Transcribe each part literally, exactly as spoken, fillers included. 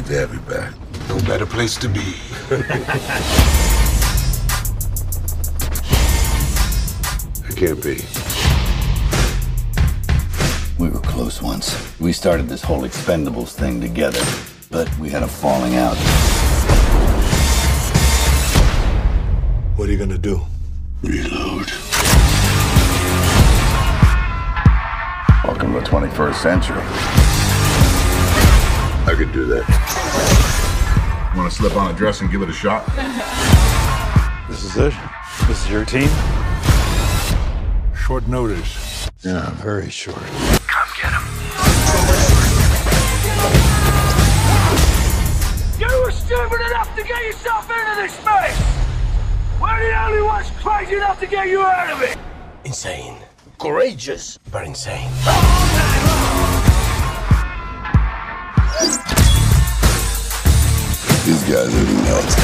great to have you back. No better place to be. It can't be. We were close once. We started this whole Expendables thing together, but we had a falling out. What are you gonna do? Reload. Welcome to the twenty-first century. I could do that. Want to slip on a dress and give it a shot? This is it? This is your team? Short notice. Yeah, very short. Come get him. You were stupid enough to get yourself into this mess! We're the only ones crazy enough to get you out of it! Insane. Courageous, but insane. These guys are nuts.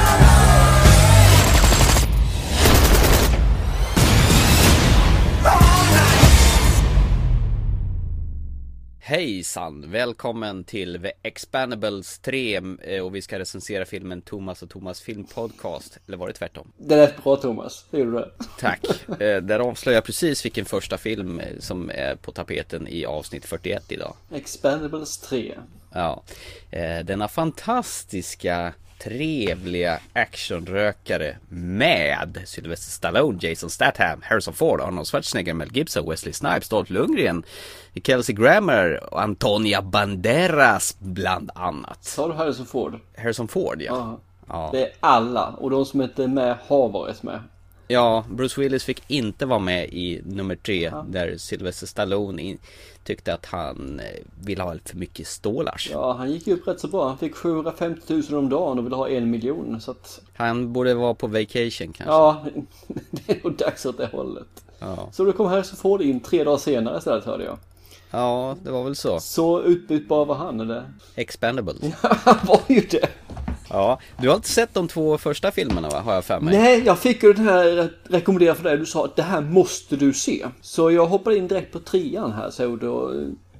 Hejsan, välkommen till The Expendables tre och vi ska recensera filmen Thomas och Thomas filmpodcast. Eller var det tvärtom? Det lät bra, Thomas, det gjorde det. Tack, där avslöjar jag precis vilken första film som är på tapeten i avsnitt fyrtioett idag. Expendables tre. Ja, denna fantastiska, trevliga actionrökare med Sylvester Stallone, Jason Statham, Harrison Ford, Arnold Schwarzenegger, Mel Gibson, Wesley Snipes, Dolph Lundgren, Kelsey Grammer och Antonia Banderas bland annat. Sa du Harrison Ford? Harrison Ford, ja. Aha. Ja. Det är alla, och de som inte är med har varit med. Ja, Bruce Willis fick inte vara med i nummer tre, ja. Där Sylvester Stallone in, tyckte att han ville ha för mycket stålars. Ja, han gick upp rätt så bra. Han fick sjuhundrafemtio tusen om dagen och ville ha en miljon. Så att... Han borde vara på vacation kanske. Ja, det är nog dags åt det hållet. Ja. Så då kom Harrison Ford in tre dagar senare istället, hörde jag. Ja, det var väl så. Så utbytbar var han, eller? Expendables. Ja, han var ju det. Ja, du har inte sett de två första filmerna, va? Har jag för mig. Nej, jag fick ju den här rekommenderad för dig. Du sa att det här måste du se. Så jag hoppade in direkt på trean här, så då,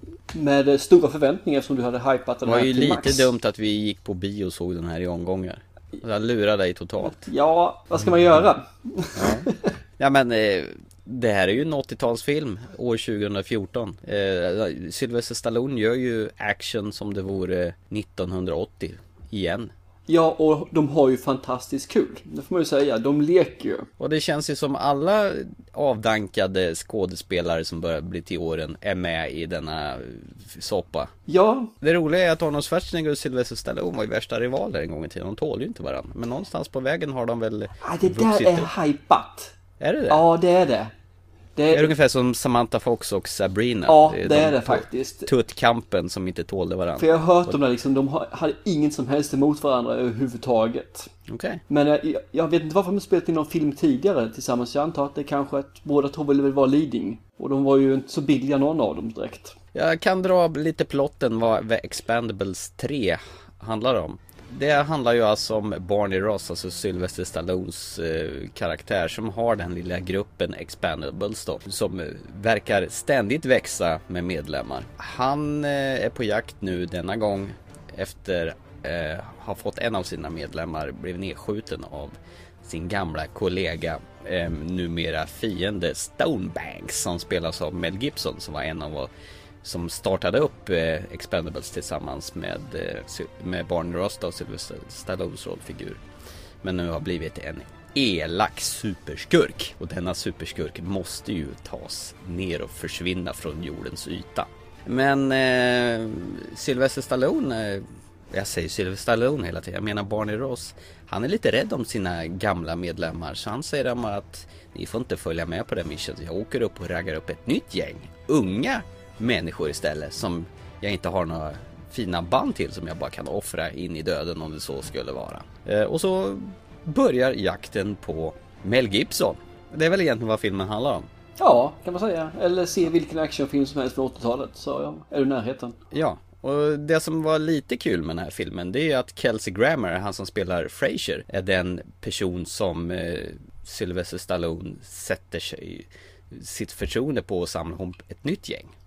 med stora förväntningar som du hade hypat den här. Det var ju till lite max. dumt att vi gick på bio och såg den här i omgångar. Jag lurade dig totalt. Ja, vad ska man göra? Ja, ja men... Eh... Det här är ju en åttiotalsfilm år tjugohundrafjorton. eh, Sylvester Stallone gör ju action som det vore nittonhundraåttio igen. Ja, och de har ju fantastiskt kul. Det får man ju säga, de leker ju. Och det känns ju som alla avdankade skådespelare som börjar bli till åren är med i denna soppa. Ja. Det roliga är att Arnold Schwarzenegger och Sylvester Stallone var ju värsta rivaler en gång i tiden. De tål ju inte varandra. Men någonstans på vägen har de väl ja, det där är hypat. Är det det? Ja, det är det. Det är, det är ungefär som Samantha Fox och Sabrina. Ja, det är, det de är det faktiskt. Tuttkampen som inte tålde varandra. För jag har hört om det liksom, de hade inget som helst emot varandra överhuvudtaget. Okej. Okay. Men jag, jag vet inte varför de spelat in någon film tidigare tillsammans. Jag antar att det kanske att båda två ville vara leading. Och de var ju inte så billiga någon av dem direkt. Jag kan dra lite plotten vad Expendables tre handlar om. Det handlar ju alltså om Barney Ross, alltså Sylvester Stallones eh, karaktär, som har den lilla gruppen Expendables då, som eh, verkar ständigt växa med medlemmar. Han eh, är på jakt nu denna gång efter eh, har fått en av sina medlemmar blivit nedskjuten av sin gamla kollega, eh, numera fiende Stonebanks, som spelas av Mel Gibson, som var en av som startade upp eh, Expendables tillsammans med, eh, med Barney Ross och Sylvester Stallones rollfigur. Men nu har blivit en elak superskurk. Och denna superskurk måste ju tas ner och försvinna från jordens yta. Men eh, Sylvester Stallone, eh, jag säger Sylvester Stallone hela tiden, jag menar Barney Ross, han är lite rädd om sina gamla medlemmar. Så han säger dem att ni får inte följa med på den mission. Jag åker upp och raggar upp ett nytt gäng unga människor istället, som jag inte har några fina band till, som jag bara kan offra in i döden om det så skulle vara. Eh, och så börjar jakten på Mel Gibson. Det är väl egentligen vad filmen handlar om. Ja, kan man säga. Eller se vilken actionfilm som helst från åttiotalet, så ja, är du närheten. Ja, och det som var lite kul med den här filmen, det är att Kelsey Grammer, han som spelar Frazier, är den person som eh, Sylvester Stallone sätter sig sitt förtroende på att samla ihop ett nytt gäng.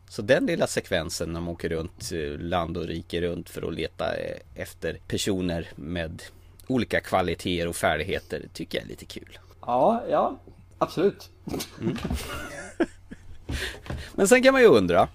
Så den lilla sekvensen när de åker runt land och rike runt för att leta efter personer med olika kvaliteter och färdigheter tycker jag är lite kul. Ja, ja, absolut. Mm. Men sen kan man ju undra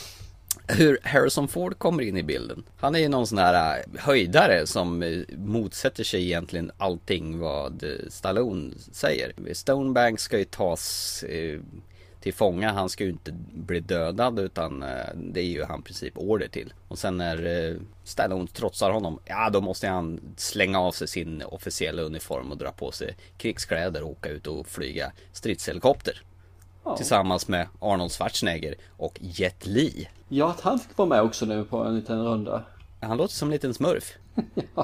hur Harrison Ford kommer in i bilden. Han är ju någon sån här höjdare som motsätter sig egentligen allting vad Stallone säger. Stonebank ska ju tas eh, till fånga. Han ska ju inte bli dödad utan eh, det är ju han i princip order till. Och sen när eh, Stallone trotsar honom, ja då måste han slänga av sig sin officiella uniform och dra på sig krigskläder och åka ut och flyga stridshelikopter. Ja. Tillsammans med Arnold Schwarzenegger och Jet Li. Ja, att han fick vara med också nu på en liten runda. Han låter som en liten smurf. Ja.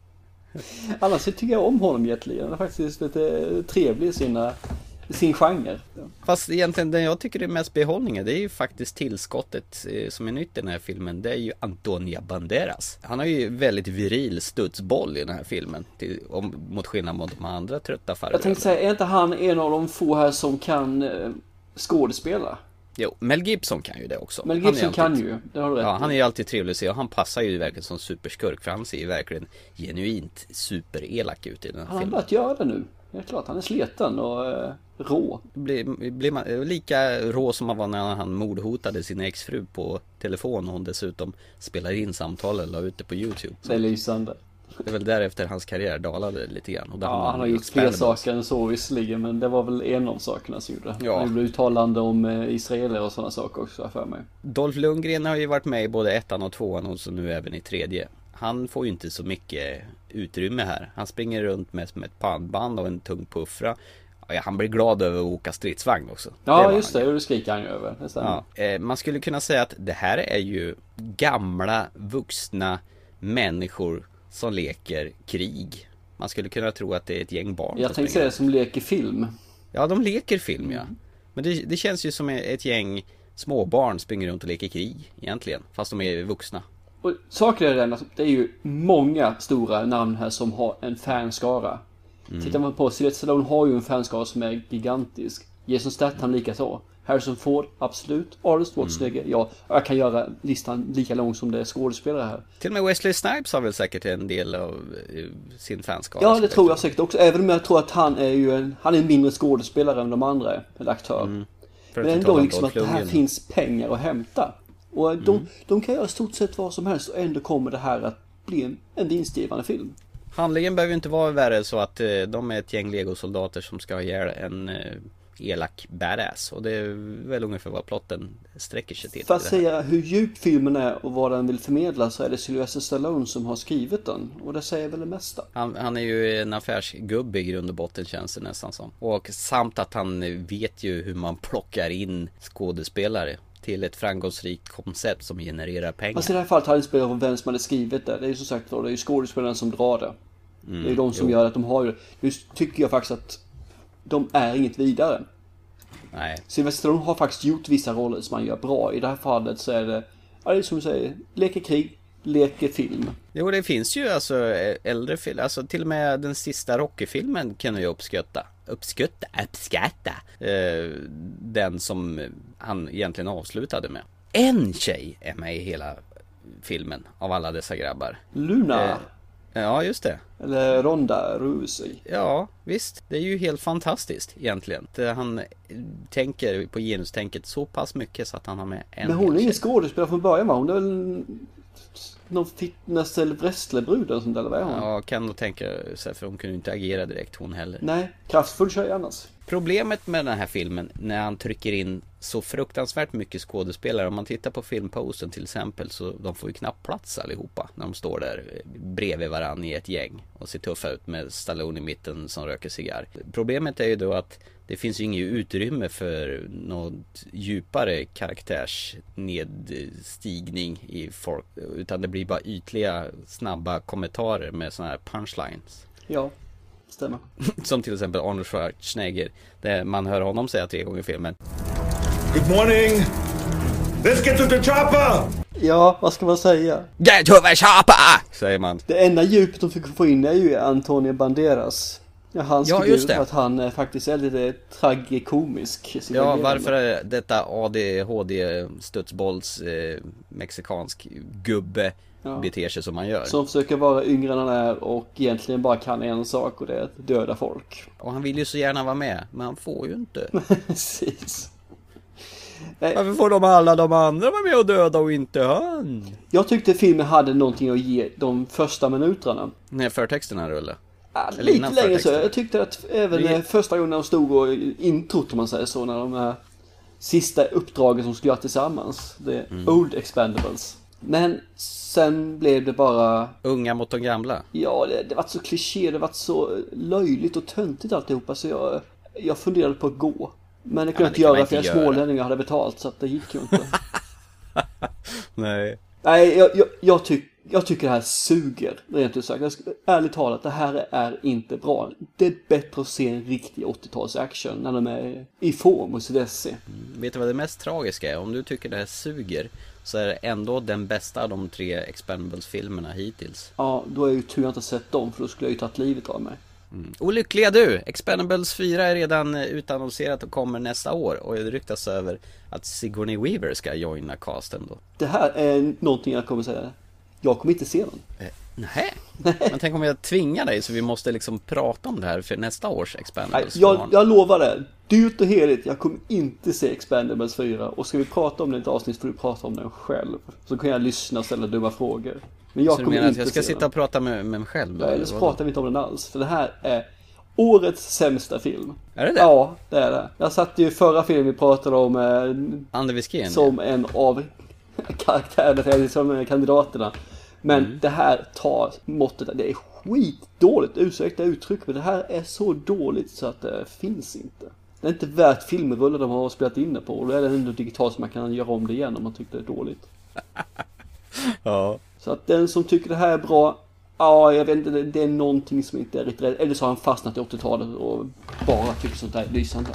Annars tycker jag om honom, Jet Li. Han är faktiskt lite trevlig i sina, sin genre. Fast egentligen den jag tycker är mest behållningen, det är ju faktiskt tillskottet eh, som är nytt i den här filmen. Det är ju Antonio Banderas. Han har ju väldigt viril studsboll i den här filmen. Till, om, mot skillnad mot de andra trötta farbröderna. Jag tänkte säga, är inte han en av de få här som kan eh, skådespela? Jo, Mel Gibson kan ju det också. Mel Gibson alltid, kan ju, det har du rätt. Ja, han är ju alltid trevlig att se och han passar ju verkligen som superskurk för han ser ju verkligen genuint superelak ut i den här han filmen. Han har börjat göra det nu. Det är klart, han är sleten och eh, rå. Blir, blir man lika rå som man var när han mordhotade sin exfru på telefon och hon dessutom spelade in samtal eller la ut det på YouTube. Det är lysande. Det är väl därefter hans karriär dalade lite grann. Och ja, han har gjort fler saker än så visserligen, men det var väl en av sakerna som gjorde. Ja. Han blev uttalande om eh, Israeler och sådana saker också för mig. Dolph Lundgren har ju varit med i både ettan och tvåan och så nu även i tredje. Han får ju inte så mycket utrymme här. Han springer runt med, med ett pannband och en tung puffra. Ja, han blir glad över att åka stridsvagn också. Ja, det just det. Och det skriker han ju över. Ja, eh, man skulle kunna säga att det här är ju gamla, vuxna människor som leker krig. Man skulle kunna tro att det är ett gäng barn. Jag tänkte säga det som leker film. Ja, de leker film, ja. Men det, det känns ju som ett gäng småbarn springer runt och leker krig egentligen. Fast de är vuxna. Och saker är det, det är ju många stora namn här som har en fanskara. Mm. Tittar man på Sylvester Stallone har ju en fanskara som är gigantisk. Jason Statham lika så. Harrison Ford, absolut. Arnold Schwarzenegger, mm. ja. Jag kan göra listan lika lång som det är skådespelare här. Till och med Wesley Snipes har väl säkert en del av sin fanskara. Ja, det tror jag säkert också. Även om jag tror att han är ju en, han är en mindre skådespelare än de andra, eller aktör. Mm. Men ändå liksom att det här finns pengar att hämta. Och de, mm. de kan göra stort sett vad som helst och ändå kommer det här att bli en, en vinstgivande film. Handlingen behöver inte vara värre så att eh, de är ett gäng legosoldater som ska ha ihjäl en eh, elak badass. Och det är väl ungefär vad plotten sträcker sig till. För att säga hur djup filmen är och vad den vill förmedla så är det Sylvester Stallone som har skrivit den. Och det säger väl det mesta. Han, han är ju en affärsgubbe i grund och botten känns det nästan som. Och samt att han vet ju hur man plockar in skådespelare till ett framgångsrikt koncept som genererar pengar. Alltså i det här fallet har det inte spelat om vem som hade skrivit det. Det är ju som sagt då, det är ju skådespelaren som drar det. Mm, det är ju de som jo. gör att de har ju. Nu tycker jag faktiskt att de är inget vidare. Nej. Sylvester Stallone har faktiskt gjort vissa roller som man gör bra. I det här fallet så är det, ja, det är som du säger, leker krig, leker film. Jo, det finns ju alltså äldre film. Alltså till och med den sista Rocky-filmen kan jag uppskatta. Uppskatta, uppskatta. Eh, den som han egentligen avslutade med. En tjej är med i hela filmen av alla dessa grabbar. Luna. Eh, ja, just det. Eller Ronda Rousey. Ja, visst. Det är ju helt fantastiskt egentligen. Han tänker på genustänket så pass mycket så att han har med en. Men hon är ingen skådespelare från början, va? Hon är väl någon fitness- eller wrestlerbrud eller sånt, eller vad är hon? Ja, kan nog tänka sig, för hon kunde inte agera direkt hon heller. Nej, kraftfull tjej annars. Problemet med den här filmen, när han trycker in så fruktansvärt mycket skådespelare, om man tittar på filmposten till exempel, så de får ju knappt plats allihopa när de står där bredvid varann i ett gäng och ser tuffa ut med Stallone i mitten som röker cigarr. Problemet är ju då att det finns ju inget utrymme för något djupare karaktärsnedstigning i folk, utan det blir bara ytliga, snabba kommentarer med såna här punchlines. Ja, stämmer. Som till exempel Arnold Schwarzenegger, där man hör honom säga tre gånger i filmen: Good morning! Let's get to the chopper! Ja, vad ska man säga? Get to the chopper! Säger man. Det enda djupet de fick få in är ju Antonio Banderas Ja, hans Ja, figur, just det. att han eh, faktiskt är lite tragikomisk. Ja, varför är detta A D H D studsbolls eh, mexikansk gubbe Ja. beter sig som man gör? Som försöker vara yngre än han är och egentligen bara kan en sak, och det är att döda folk. Och han vill ju så gärna vara med, men han får ju inte. Precis. Varför får de alla de andra vara med och döda och inte han? Jag tyckte filmen hade någonting att ge de första minuterna. När förtexterna rullade. Ja, Eller lite innan längre så. förtexten. Jag tyckte att även Det- eh, första gången de stod och introt, om man säger så, när de här sista uppdragen som skulle göra tillsammans. Det är Mm. Old Expendables. Men sen blev det bara, Unga mot de gamla. ja, det, det var så kliché, det var så löjligt och töntigt alltihopa, så jag, jag funderade på att gå. Men det kunde men jag inte det kan man göra, inte för jag göra. smålänningar hade betalt, så att det gick ju inte. Nej. Nej, jag, jag, jag, tyck, jag tycker det här suger, rent ut sagt. Jag ska, ärligt talat, det här är inte bra. Det är bättre att se en riktig åttio-tals action när de är i form hos Desi. Vet du vad det mest tragiska är? Om du tycker det här suger, så är det ändå den bästa av de tre Expendables-filmerna hittills. Ja, då är jag ju tur jag inte sett dem, för då skulle jag ju tagit livet av mig. Mm. Olyckliga du! Expendables fyra är redan utannonserat och kommer nästa år. Och det ryktas över att Sigourney Weaver ska joina casten då. Det här är någonting jag kommer säga. Jag kommer inte se den. Eh, nej. Men tänk om jag tvingar dig så vi måste liksom prata om det här för nästa års Nej, Expendables. jag, jag lovar det. Dyrt och heligt. Jag kommer inte se Expendables fyra. Och ska vi prata om det i ett avsnitt får du prata om den själv. Så kan jag lyssna och ställa dumma frågor. Men jag Så du kommer menar att inte jag ska se sitta den. och prata med, med mig själv då? Ja, eller så pratar vi inte om den alls. För det här är årets sämsta film. Är det det? Ja, det är det. Jag satt ju i förra filmen vi pratade om eh, Ander Wiskén, som en av karaktärerna, som kandidaterna. Men Mm. det här tar måttet. Det är skitdåligt, ursäkta uttryck, men det här är så dåligt så att det finns inte. Det är inte värt filmrullar de har spelat in det på. Och då är det ändå digitalt så man kan göra om det igen om man tycker det är dåligt. Ja. Så att den som tycker det här är bra, ja, jag vet inte, det- det är någonting som inte är riktigt rätt. Eller så har han fastnat i åttio-talet och bara tycker sånt där är lysande.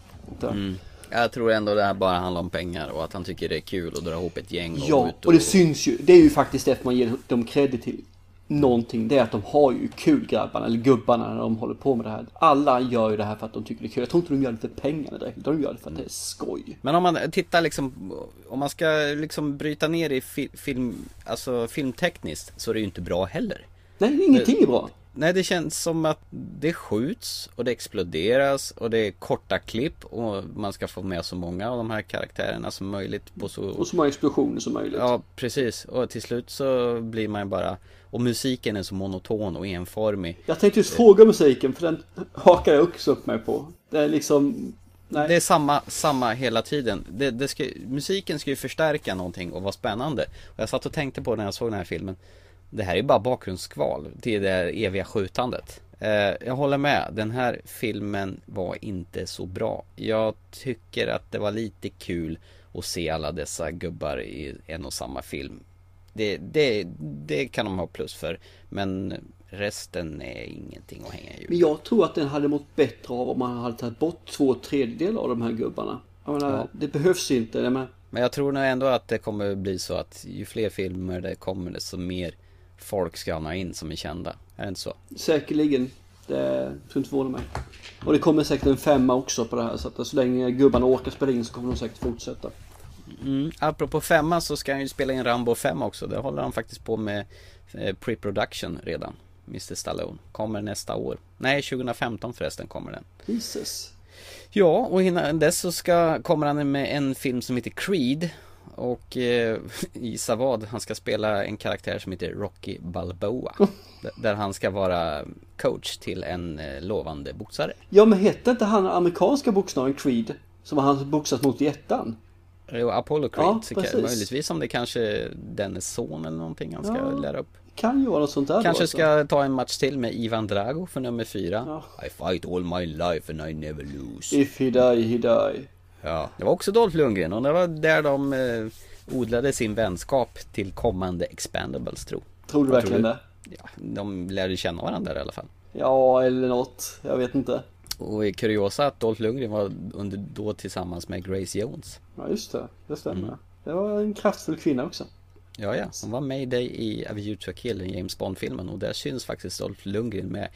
Mm. Jag tror ändå det här bara handlar om pengar och att han tycker det är kul att dra ihop ett gäng och Ja, ut och det syns ju. Det är ju faktiskt det man ger dem credit till. Någonting, det är att de har ju kul, grabbarna, eller gubbarna, när de håller på med det här. Alla gör ju det här för att de tycker det är kul. Jag tror inte de gör det för pengarna direkt, de gör det för att det är skoj. Men om man tittar liksom, om man ska liksom bryta ner i fi- film, alltså filmtekniskt, så är det ju inte bra heller. Nej, ingenting är bra. Nej, det känns som att det skjuts och det exploderas och det är korta klipp och man ska få med så många av de här karaktärerna som möjligt på så... Och så många explosioner som möjligt. Ja, precis. Och till slut så blir man bara... Och musiken är så monoton och enformig. Jag tänkte just fråga musiken, för den hakar jag också upp mig på. Det är liksom... Nej. Det är samma, samma hela tiden. Det, det ska, musiken ska ju förstärka någonting och vara spännande. Och jag satt och tänkte på när jag såg den här filmen. Det här är bara bakgrundsskval till det här eviga skjutandet. Eh, jag håller med. Den här filmen var inte så bra. Jag tycker att det var lite kul att se alla dessa gubbar i en och samma film. Det, det, det kan de ha plus för. Men resten är ingenting att hänga i. Men jag tror att den hade mått bättre av om man hade tagit bort två tredjedelar av de här gubbarna. Jag menar, Ja. det behövs inte. Jag menar, Men jag tror nog ändå att det kommer bli så att ju fler filmer det kommer, desto mer folk ska ha in som är kända. Är det inte så? säkerligen. Det skulle inte förvåna mig. Och det kommer säkert en femma också på det här. Så att så länge gubbarna orkar spela in så kommer de säkert fortsätta. Mm. Apropå femma så ska han ju spela in Rambo fem också. Det håller han faktiskt på med eh, pre-production redan. mister Stallone. Kommer nästa år. Nej, tjugohundrafemton förresten kommer den. Jesus. Ja, och innan dess så ska, kommer han med en film som heter Creed. Och eh, gissa vad, han ska spela en karaktär som heter Rocky Balboa. d- där han ska vara coach till en eh, lovande boxare. Ja, men hette inte han amerikanska boxaren Creed? Som han boxat mot i ettan? Jo, Apollo Creed. Ja, så kan, precis. möjligtvis om det kanske dennes son eller någonting han ska Ja. lära upp. Kan ju vara något sånt där. Kanske då, ska ta en match till med Ivan Drago för nummer fyra. Ja. I fight all my life and I never lose. If he die, he die. Ja, det var också Dolph Lundgren och det var där de eh, odlade sin vänskap till kommande Expendables, tro. Tror du Vad verkligen tror det? Ja, de lärde känna varandra i alla fall. Ja, eller något. Jag vet inte. Och i kuriosa att Dolph Lundgren var under då tillsammans med Grace Jones. Ja, just det. Det stämmer. Mm. Det var en kraftfull kvinna också. Ja, ja. Hon var med dig i A View to a Kill, i James Bond-filmen. Och där syns faktiskt Dolph Lundgren med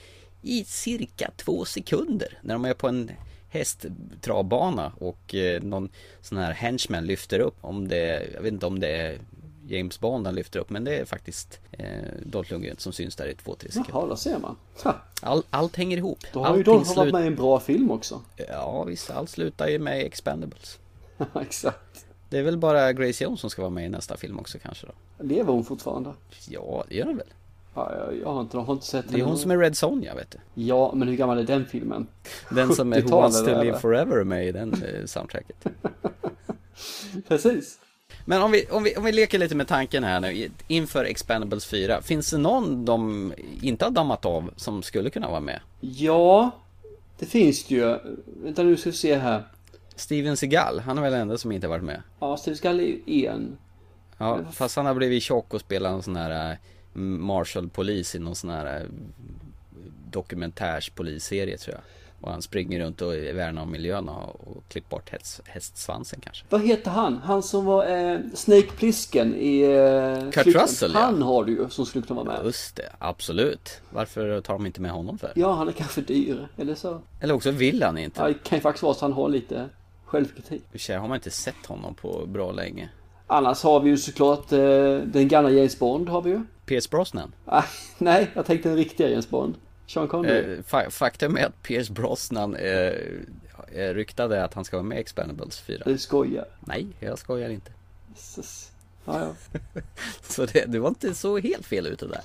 i cirka två sekunder när de är på en hästtravbana och eh, någon sån här henchman lyfter upp, om det, jag vet inte om det är James Bond han lyfter upp, men det är faktiskt eh, Dolph Lundgren som syns där i två tre sekunder. Jaha, där ser man. Ha. All, allt hänger ihop. Då har ju Dolph varit med i en bra film också. Ja, visst, allt slutar ju med Expendables. Exakt. Det är väl bara Grace Jones som ska vara med i nästa film också kanske då. Lever hon fortfarande? Ja, det gör hon väl. Ja, jag, jag, har inte, jag har inte sett det. Det är hon som är Red Sonja, vet du. Ja, men hur gammal är den filmen? Den som är Who Wants to Live Forever med i den eh, soundtracket. Precis. Men om vi, om, vi, om vi leker lite med tanken här nu inför Expendables fyra, finns det någon de inte har dammat av som skulle kunna vara med? Ja, det finns det ju. Vänta nu ska vi se här. Steven Seagal, han är väl den enda som inte har varit med? Ja, Steven Seagal är ju en. Ja, fast han har blivit tjock och spelat en sån här Marshall-polis i någon sån här dokumentärspolisserie tror jag. Och han springer runt och värnar om miljön och klipper bort häst, hästsvansen kanske. Vad heter han? Han som var eh, Snake Plissken i eh, Kurt Flykten. Russell, ja. Han har du ju som skulle kunna vara med. Just det, absolut. Varför tar de inte med honom för? Ja, han är kanske dyr, eller så. Eller också vill han inte. Ja, det kan ju faktiskt vara så att han har lite självkritik. Tjej, har man inte sett honom på bra länge. Annars har vi ju såklart eh, den gamla James Bond har vi ju. Pierce Brosnan? Ah, nej, jag tänkte den riktiga James Bond. Sean Connery. Eh, fa- faktum är att Pierce Brosnan eh, ryktade att han ska vara med i Expendables fyra. Du skojar. Nej, jag skojar inte. Jesus. Ja, ja. Så det, det var inte så helt fel ute där.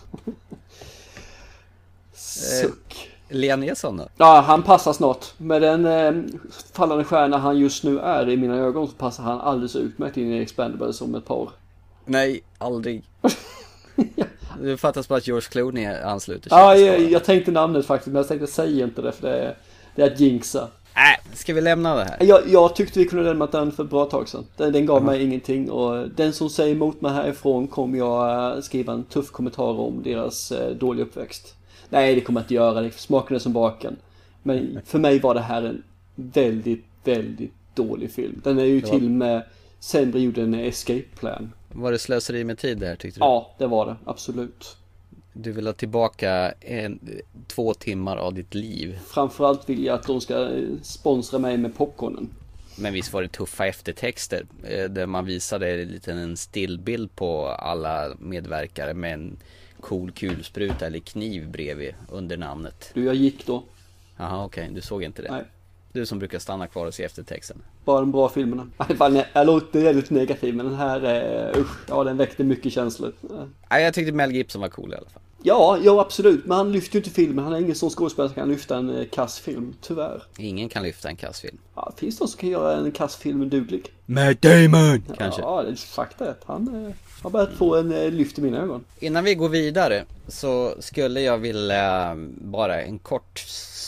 Suck. Eh, Liam Neeson då? Ja, han passar snart. Med den eh, fallande stjärna han just nu är i mina ögon så passar han alldeles utmärkt in i Expendables om ett par år. Nej, aldrig. Ja. Det fattas bara att George Clooney ansluter sig. Ja, jag, jag tänkte namnet faktiskt, men jag tänkte säga inte det för det är, det är att jinxa. Nej, äh, ska vi lämna det här? Jag, jag tyckte vi kunde lämna den för ett bra tag sedan. Den, den gav uh-huh. mig ingenting och den som säger emot mig härifrån kommer jag skriva en tuff kommentar om deras eh, dåliga uppväxt. Nej, det kommer jag inte göra, det smakar det som baken. Men för mig var det här en väldigt, väldigt dålig film. Den är ju ja. till med sämre gjord än Escape Plan. Var det slöseri med tid där tyckte du? Ja, det var det, absolut. Du vill ha tillbaka en, två timmar av ditt liv. Framförallt vill jag att de ska sponsra mig med popcornen. Men visst var det tuffa eftertexter där man visade en liten stillbild på alla medverkare med en cool kulspruta eller kniv bredvid under namnet. Du, jag gick då. Jaha, okej, okay. Du såg inte det. Nej. Du som brukar stanna kvar och se eftertexten. Bara de bra filmerna. Jag låter väldigt negativ, men den här, uh, usch, ja, den väckte mycket känslor. Nej, jag tyckte Mel Gibson var cool i alla fall. Ja, ja absolut. Men han lyfter ju inte filmen. Han är ingen sån skådespelare som kan lyfta en uh, kassfilm, tyvärr. Ingen kan lyfta en kassfilm. Ja, finns det någon som kan göra en kassfilm duglig? Matt Damon, ja, kanske. Ja, det är fakta att han uh, har börjat få en uh, lyft i mina ögon. Innan vi går vidare så skulle jag vilja uh, bara en kort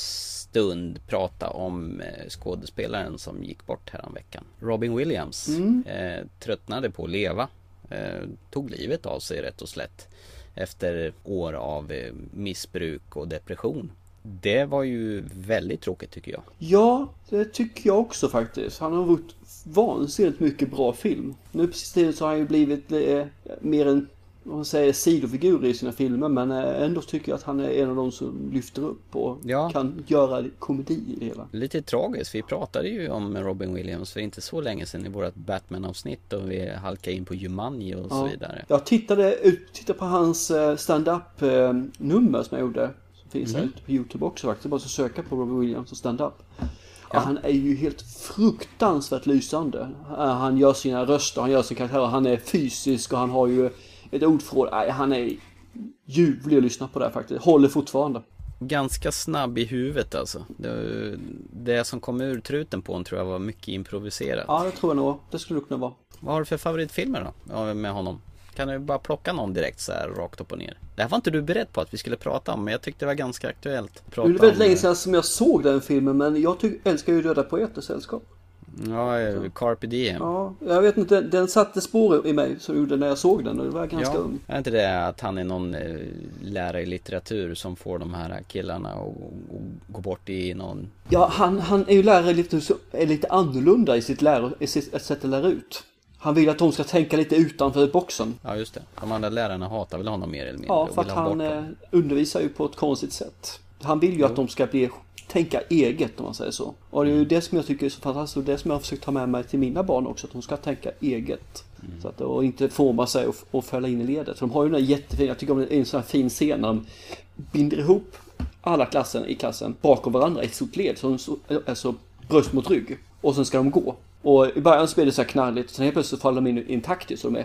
stund prata om eh, skådespelaren som gick bort här om veckan. Robin Williams mm. eh, tröttnade på att leva. Eh, tog livet av sig rätt och slätt efter år av eh, missbruk och depression. Det var ju väldigt tråkigt tycker jag. Ja, det tycker jag också faktiskt. Han har gjort vansinnigt mycket bra film. Nu på sistone så har han ju blivit eh, mer en man säger sidofigur i sina filmer, men ändå tycker jag att han är en av de som lyfter upp och ja. kan göra komedi i det hela. Lite tragiskt, vi pratade ju om Robin Williams för inte så länge sedan i vårt Batman-avsnitt och vi halkade in på Jumanji och ja. så vidare. Jag tittade, tittade på hans stand-up-nummer som jag gjorde, som finns mm. här på YouTube också faktiskt, bara så söka på Robin Williams och stand-up. Ja. Han är ju helt fruktansvärt lysande. Han gör sina röster, han gör sin karaktär, han är fysisk och han har ju ett ordförråd. Nej, han är ljuvlig att lyssna på det faktiskt. Håller fortfarande. Ganska snabb i huvudet alltså. Det, det som kom ur truten på honom tror jag var mycket improviserat. Ja, det tror jag nog. Det skulle kunna vara. Vad har du för favoritfilmer då med honom? Kan du bara plocka någon direkt så här rakt upp och ner? Det här var inte du beredd på att vi skulle prata om, men jag tyckte det var ganska aktuellt. Det är väldigt länge sedan som jag såg den filmen, men jag tyck, älskar ju Döda poeter sällskap. Ja, Carpe Diem. Ja, jag vet inte, den satte spår i mig så gjorde när jag såg den och det var ganska ja. ung. Är inte det att han är någon eh, lärare i litteratur som får de här killarna att gå bort i någon... Ja, han, han är ju lärare lite, är lite annorlunda i sitt, läro, i sitt sätt att lära ut. Han vill att de ska tänka lite utanför boxen. Ja, just det. De andra lärarna hatar väl honom mer eller mindre. Ja, för att han undervisar ju på ett konstigt sätt. Han vill ju att de ska bli tänka eget, om man säger så. Och det är ju det som jag tycker är så fantastiskt, och det som jag har försökt ta med mig till mina barn också, att de ska tänka eget. Mm. Så att, och inte forma sig och, och fälla in i ledet. För de har ju den här jättefina, jag tycker om det är en sån här fin scen när de binder ihop alla klassen i klassen bakom varandra i ett stort led, så, alltså bröst mot rygg. Och sen ska de gå. Och i början så blir det så här knalligt, sen helt plötsligt så faller de in i en takt, så de är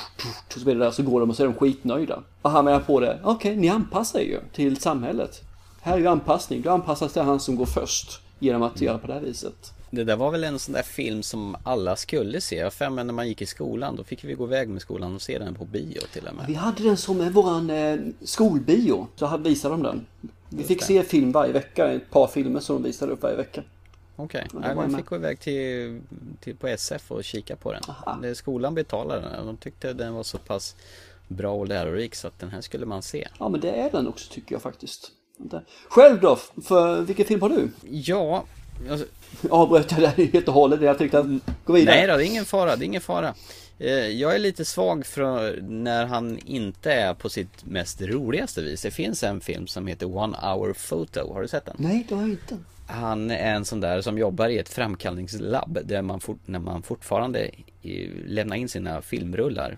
så blir det där, så går de och så är de skitnöjda. Och han menar på det, okej, okay, ni anpassar ju till samhället. Här är ju anpassning, du anpassas till han som går först genom att göra på det här viset. Det där var väl en sån där film som alla skulle se. Jag för mig när man gick i skolan, då fick vi gå iväg med skolan och se den på bio till och med. Vi hade den som våran eh, skolbio, så visade de den. Vi fick se film varje vecka, ett par filmer som de visade upp varje vecka. Okej, okay. Man fick gå iväg till, till på S F och kika på den. Det, skolan betalade den, de tyckte den var så pass bra och lärorik så att den här skulle man se. Ja, men det är den också, tycker jag faktiskt. Själv då, för vilken film har du? Ja, alltså... avbröt jag där helt och hållet, jag tyckte att gå vidare. Nej då, det är ingen fara, det är ingen fara. Jag är lite svag för när han inte är på sitt mest roligaste vis. Det finns en film som heter One Hour Photo, har du sett den? Nej, det har jag inte. Han är en sån där som jobbar i ett framkallningslabb där man fort, när man fortfarande lämnar in sina filmrullar.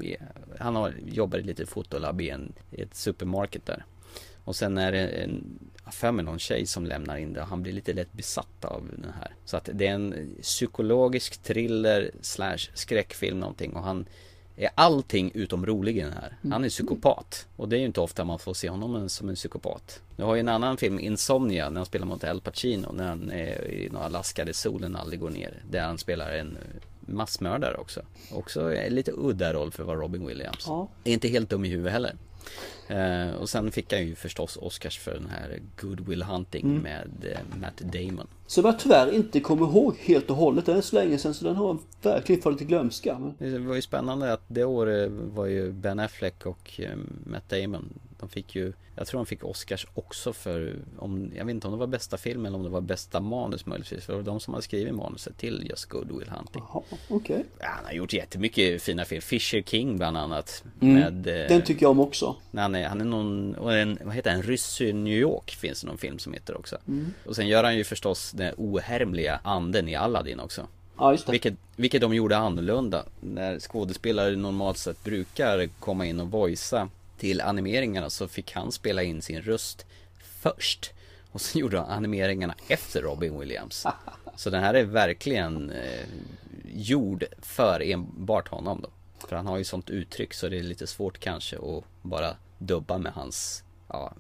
Han har, jobbar i lite fotolabb i, en, i ett supermarket där. Och sen är det en affär med någon tjej som lämnar in det och han blir lite lätt besatt av den här. Så att det är en psykologisk thriller slash skräckfilm någonting och han är allting utom rolig i den här. Han är psykopat och det är ju inte ofta man får se honom som en psykopat. Nu har ju en annan film, Insomnia, när han spelar mot Al Pacino när han är i några Alaska där solen aldrig går ner. Där han spelar en massmördare också. Också en lite udda roll för att vara Robin Williams. Ja. Är inte helt dum i huvudet heller. Uh, och sen fick jag ju förstås Oscars för den här Good Will Hunting mm. med uh, Matt Damon. Så jag tyvärr inte kommer ihåg helt och hållet. Den är så länge sedan så den har verkligen fallit till glömska. Men... Det var ju spännande att det året var ju Ben Affleck och uh, Matt Damon. De fick ju, jag tror de fick Oscars också för, om, jag vet inte om det var bästa film eller om det var bästa manus möjligtvis. För det var de som hade skrivit manuset till just Good Will Hunting. Jaha, okej. Okay. Ja, han har gjort jättemycket fina film. Fisher King bland annat. Mm, med, den tycker jag om också. När han är, han är någon, en, vad heter en ryss i New York finns det någon film som heter också. Mm. Och sen gör han ju förstås den ohärmliga anden i Aladdin också. Ja, just det. Vilket, vilket de gjorde annorlunda. När skådespelare normalt sett brukar komma in och voicea till animeringarna så fick han spela in sin röst först. Och så gjorde han animeringarna efter Robin Williams. Så den här är verkligen eh, gjord för enbart honom då. För han har ju sånt uttryck så det är lite svårt kanske att bara dubba med hans ja,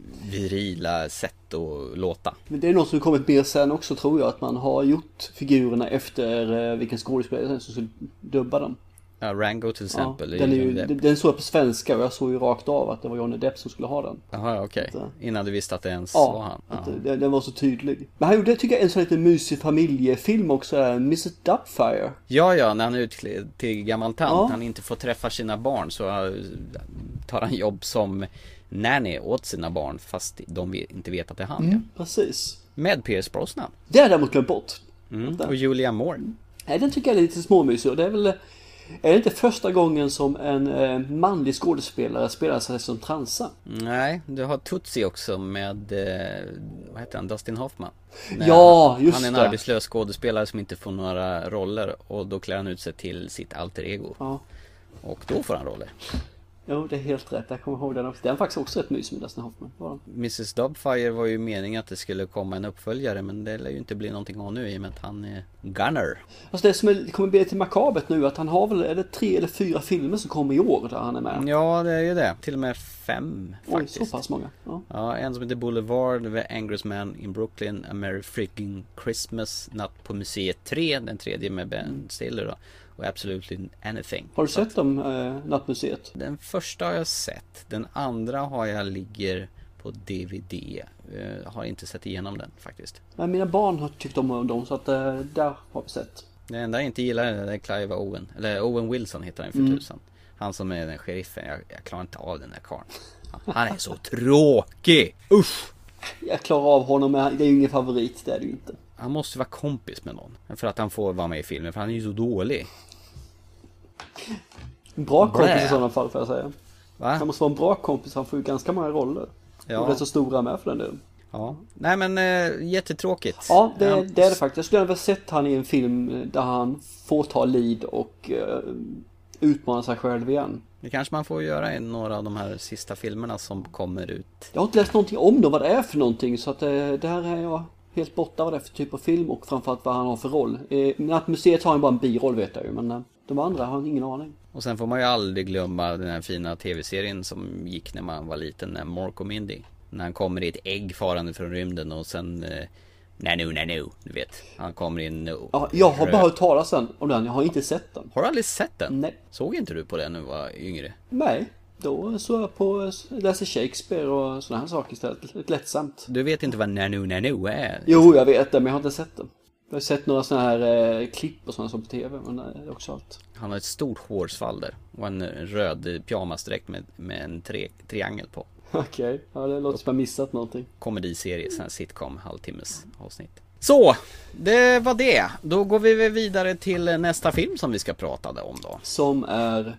virila sätt att låta. Men det är något som kommit mer sen också tror jag. Att man har gjort figurerna efter eh, vilken skådespelare som skulle dubba dem. Ja, Rango till exempel. Ja, den, är ju, den, den såg jag på svenska och jag såg ju rakt av att det var Johnny Depp som skulle ha den. Jaha, okej. Okay. Innan du visste att det ens ja, var han. Ja, den, den var så tydlig. Men han gjorde, tycker jag, en sån liten mysig familjefilm också, missus Doubtfire. Ja, ja, när han är utklädd till gammal tant. Ja. Han inte får träffa sina barn så tar han jobb som nanny åt sina barn fast de inte vet att det är han. Mm, precis. Med Pierce Brosnan. Det är däremot glömt bort. Mm, och Julia Moore. Mm. Nej, den tycker jag är lite småmysig och det är väl... Är det inte första gången som en eh, manlig skådespelare spelar sig som transa? Nej, du har Tootsie också med, eh, vad heter han, Dustin Hoffman. Nej, ja, just Han är en det. arbetslös skådespelare som inte får några roller och då klär han ut sig till sitt alter ego. Ja. Och då får han roller. Jo, det är helt rätt. Jag kommer ihåg den också. Den är faktiskt också ett mys med Dustin Hoffman. Var missus Doubtfire var ju meningen att det skulle komma en uppföljare men det lär ju inte bli någonting av nu i och med att han är Gunner. Alltså det som är, kommer bli lite makabert nu att han har väl, är det tre eller fyra filmer som kommer i år där han är med? Ja, det är ju det. Till och med fem faktiskt. Oj, så pass många. Ja, ja en som heter Boulevard, The Angriest Man in Brooklyn, A Merry Freaking Christmas, Natt på museet tre, den tredje med Ben Stiller då. Och Absolutely Anything. Har du sett att, dem, eh, Nattmuseet? Den första har jag sett. Den andra har jag ligger på D V D. Jag har inte sett igenom den faktiskt. Men mina barn har tyckt om dem så att eh, där har vi sett. Det enda jag inte gillar är, är Clive Owen. Eller Owen Wilson heter han för mm. tusan. Han som är den sheriffen. Jag, jag klarar inte av den där karln. Han är så tråkig. Usch! Jag klarar av honom men det är ju ingen favorit. Det är det ju inte. Han måste vara kompis med någon. För att han får vara med i filmen. För han är ju så dålig. Bra kompis Blä. i sådana fall får jag säga. Va? Han måste vara en bra kompis. Han får ju ganska många roller. Ja. Och det är så stora med för den delen. Ja, nej men äh, jättetråkigt. Ja, det, det är det faktiskt. Jag skulle ha sett han i en film där han får ta lead och uh, utmana sig själv igen. Det kanske man får göra i några av de här sista filmerna som kommer ut. Jag har inte läst någonting om dem, vad det är för någonting. Så att det, det här är jag helt borta vad det är för typ av film och framförallt vad han har för roll. Eh, Nattmuseet har han bara en biroll vet jag ju, men uh, de andra har ingen aning. Och sen får man ju aldrig glömma den här fina tv-serien som gick när man var liten, när Mork och Mindy. När han kommer i ett ägg farande från rymden och sen eh, nanu nanu, du vet. Han kommer in no, ja, jag har bara hört talas sen om den, jag har inte sett den. Har du aldrig sett den? Nej. Såg inte du på den när du var yngre? Nej, då såg jag på läser Shakespeare och sådana här saker istället. Lite lättsamt. Du vet inte vad nanu nanu är? Jo, jag vet det, men jag har inte sett den. Jag har sett några sådana här eh, klipp och sådana som på tv, men det är också allt. Han har ett stort hårsvall där och en röd pyjamasdräkt med, med en tre, triangel på. Okej, okay. Ja det låter som jag missat någonting. Komediserie, sån här sitcom, halvtimmes avsnitt. Så, det var det. Då går vi vidare till nästa film som vi ska prata om då. Som är...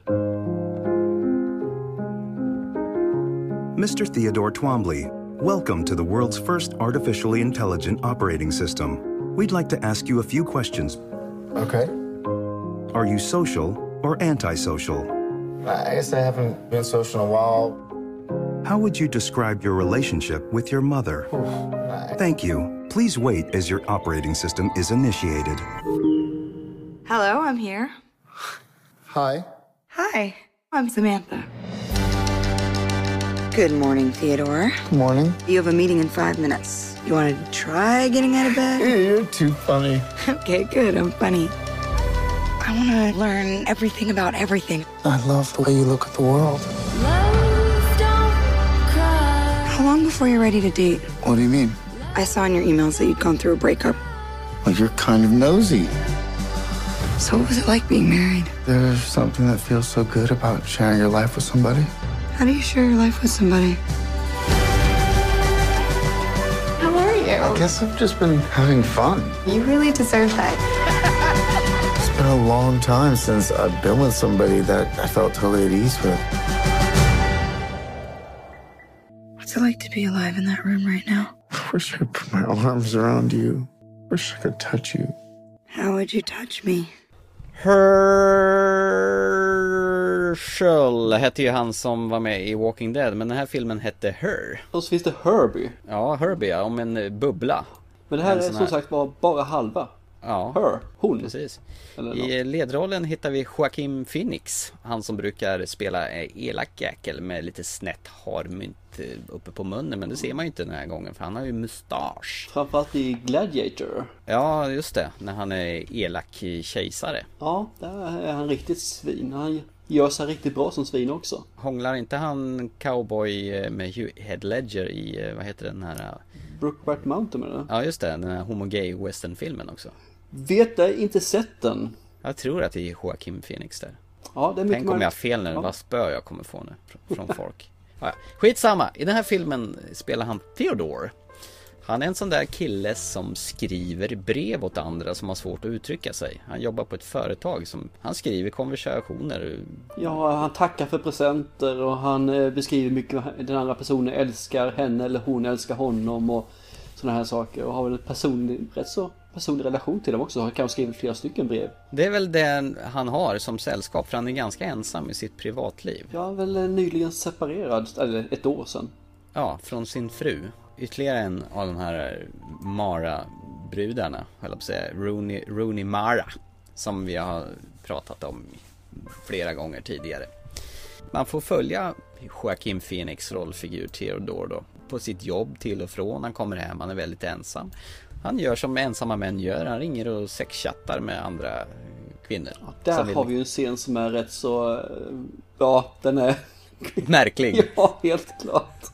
mister Theodore Twombly, welcome to the world's first artificially intelligent operating system. We'd like to ask you a few questions. Okay. Are you social or antisocial? I guess I haven't been social in a while. How would you describe your relationship with your mother? Thank you. Please wait as your operating system is initiated. Hello, I'm here. Hi. Hi, I'm Samantha. Good morning, Theodore. Good morning. You have a meeting in five minutes. You want to try getting out of bed? You're too funny. Okay, good, I'm funny. I want to learn everything about everything. I love the way you look at the world. How long before you're ready to date? What do you mean? I saw in your emails that you'd gone through a breakup. Well, you're kind of nosy. So what was it like being married? There's something that feels so good about sharing your life with somebody. How do you share your life with somebody? How are you? I guess I've just been having fun. You really deserve that. It's been a long time since I've been with somebody that I felt totally at ease with. What's it like to be alive in that room right now? I wish I could put my arms around you. I wish I could touch you. How would you touch me? Herschel hette ju han som var med i Walking Dead, men den här filmen hette Her. Och så finns det Herbie. Ja, Herbie, ja, om en bubbla. Men det här är som här... sagt var bara halva. Ja, Her, hon. Precis. I ledrollen hittar vi Joaquin Phoenix. Han som brukar spela elak jäkel med lite snett harmynt uppe på munnen. Men det ser man ju inte den här gången, för han har ju mustasch. Framförallt i Gladiator. Ja, just det. När han är elak kejsare. Ja, där är han riktigt svin. Han gör sig riktigt bra som svin också. Hånglar inte han cowboy med Heath Ledger i, vad heter den här... Brokeback Mountain med det? Ja, just det. Den här homo-gay western-filmen också. Vet jag inte sett den. Jag tror att det är Joaquin Phoenix där. Ja, det är mycket. Tänk om jag har fel nu, ja. Vad spör jag kommer få nu från folk. Ja, skitsamma, i den här filmen spelar han Theodore. Han är en sån där kille som skriver brev åt andra som har svårt att uttrycka sig. Han jobbar på ett företag som han skriver konversationer. Ja, han tackar för presenter och han beskriver mycket den andra personen älskar henne eller hon älskar honom och såna här saker. Och har väl en personlig, rätt så personlig relation till dem också. Han kan skriva flera stycken brev. Det är väl det han har som sällskap, för han är ganska ensam i sitt privatliv. Ja, väl nyligen separerad, eller ett år sedan. Ja, från sin fru. Ytterligare en av de här Mara-brudarna, höll jag på att säga, Rooney, Rooney Mara, som vi har pratat om flera gånger tidigare. Man får följa Joaquin Phoenix rollfigur Theodore då, på sitt jobb till och från. Han kommer hem, han är väldigt ensam. Han gör som ensamma män gör, han ringer och sexchattar med andra kvinnor. Ja, där vill... har vi ju en scen som är rätt så, ja, den är... märklig. Ja, helt klart.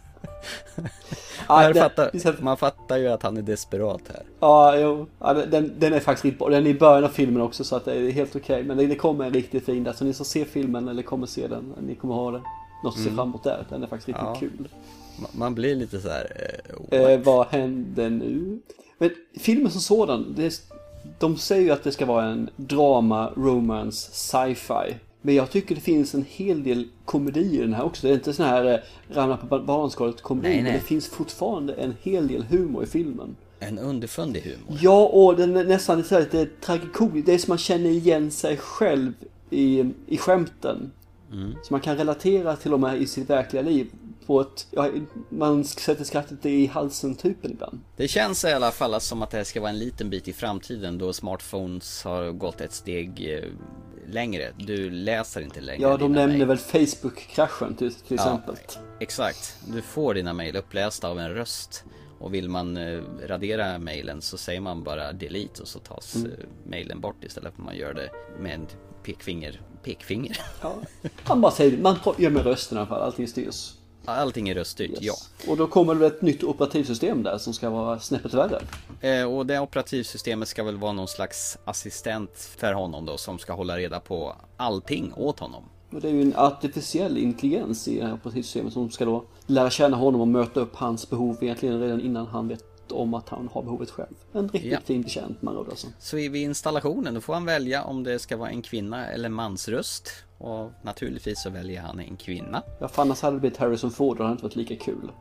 Ja, det, fattar, man fattar ju att han är desperat här. Ja, jo. Ja, den, den är faktiskt riktigt bra. Den är i början av filmen också, så att det är helt okej. Okay. Men det, det kommer en riktigt fin där. Så ni som ser filmen eller kommer se den, ni kommer ha den. Något att se fram emot där. Den är faktiskt riktigt ja. kul. Man blir lite så här. Eh, eh, vad händer nu? Men filmen som sådan, det är, de säger ju att det ska vara en drama, romance, sci-fi Men jag tycker det finns en hel del komedi i den här också. Det är inte sån här eh, ramla på barnskalet komedi. Nej, nej. Men det finns fortfarande en hel del humor i filmen. En underfundig humor. Ja, och den är nästan så här lite tragikomiskt. Det är som man känner igen sig själv i, i skämten. Mm. Så man kan relatera till och med i sitt verkliga liv. På ett, ja, man sätter skrattet i halsen typen ibland. Det känns i alla fall som att det här ska vara en liten bit i framtiden då smartphones har gått ett steg eh, längre. Du läser inte längre. Ja, de nämner mail. väl Facebook-kraschen till, till ja, exempel. Exakt. Du får dina mejl upplästa av en röst. Och vill man eh, radera mejlen så säger man bara delete och så tas mm. eh, mejlen bort istället för att man gör det med en pekfinger. Pekfinger? Ja, man bara säger man gör med rösten i alla fall. Allting styrs. Allting är röststyrt, yes. Ja. Och då kommer det ett nytt operativsystem där som ska vara snäppet värre. Eh, och det operativsystemet ska väl vara någon slags assistent för honom då som ska hålla reda på allting åt honom. Och det är ju en artificiell intelligens i det här operativsystemet som ska då lära känna honom och möta upp hans behov egentligen redan innan han vet om att han har behovet själv. En riktigt ja. fin betjänt man alltså. Så vid installationen då får han välja om det ska vara en kvinna eller mansröst. Och naturligtvis så väljer han en kvinna. Ja, för annars hade det blivit Harrison Ford och det hade inte varit lika kul.